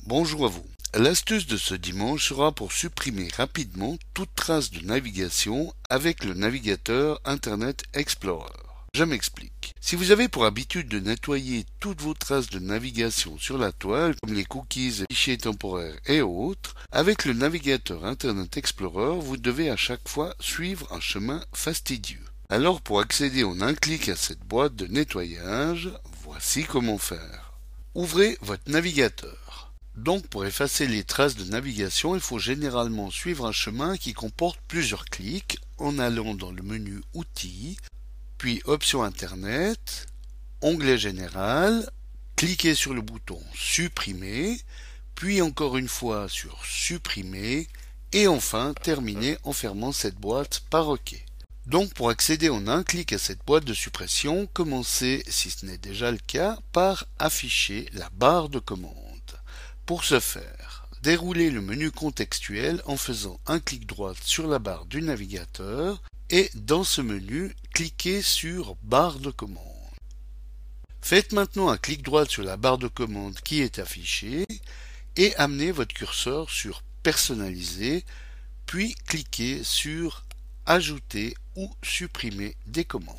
Bonjour à vous. L'astuce de ce dimanche sera pour supprimer rapidement toute trace de navigation avec le navigateur Internet Explorer. Je m'explique. Si vous avez pour habitude de nettoyer toutes vos traces de navigation sur la toile, comme les cookies, fichiers temporaires et autres, avec le navigateur Internet Explorer, vous devez à chaque fois suivre un chemin fastidieux. Alors pour accéder en un clic à cette boîte de nettoyage, voici comment faire. Ouvrez votre navigateur. Donc pour effacer les traces de navigation, il faut généralement suivre un chemin qui comporte plusieurs clics en allant dans le menu Outils, puis Options Internet, Onglet Général, cliquez sur le bouton Supprimer, puis encore une fois sur Supprimer, et enfin terminez en fermant cette boîte par OK. Donc pour accéder en un clic à cette boîte de suppression, commencez, si ce n'est déjà le cas, par afficher la barre de commande. Pour ce faire, déroulez le menu contextuel en faisant un clic droit sur la barre du navigateur et dans ce menu, cliquez sur barre de commande. Faites maintenant un clic droit sur la barre de commande qui est affichée et amenez votre curseur sur personnaliser, puis cliquez sur ajouter ou supprimer des commandes.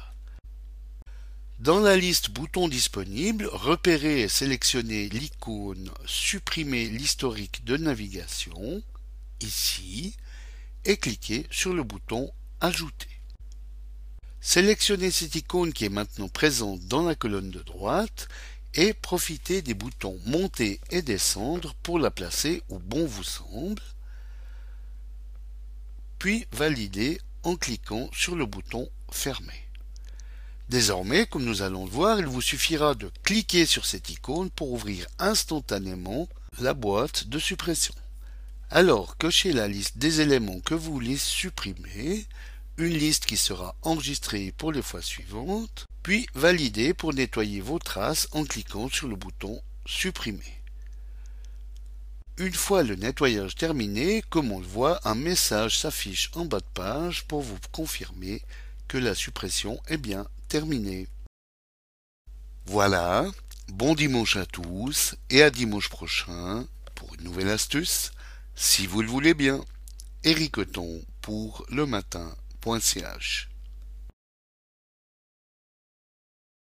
Dans la liste boutons disponibles, repérez et sélectionnez l'icône Supprimer l'historique de navigation, ici, et cliquez sur le bouton Ajouter. Sélectionnez cette icône qui est maintenant présente dans la colonne de droite et profitez des boutons Monter et Descendre pour la placer où bon vous semble, puis validez en cliquant sur le bouton Fermer. Désormais, comme nous allons le voir, il vous suffira de cliquer sur cette icône pour ouvrir instantanément la boîte de suppression. Alors, cochez la liste des éléments que vous voulez supprimer, une liste qui sera enregistrée pour les fois suivantes, puis validez pour nettoyer vos traces en cliquant sur le bouton Supprimer. Une fois le nettoyage terminé, comme on le voit, un message s'affiche en bas de page pour vous confirmer que la suppression est bien terminée. Voilà, bon dimanche à tous et à dimanche prochain pour une nouvelle astuce, si vous le voulez bien. Éric Othon pour lematin.ch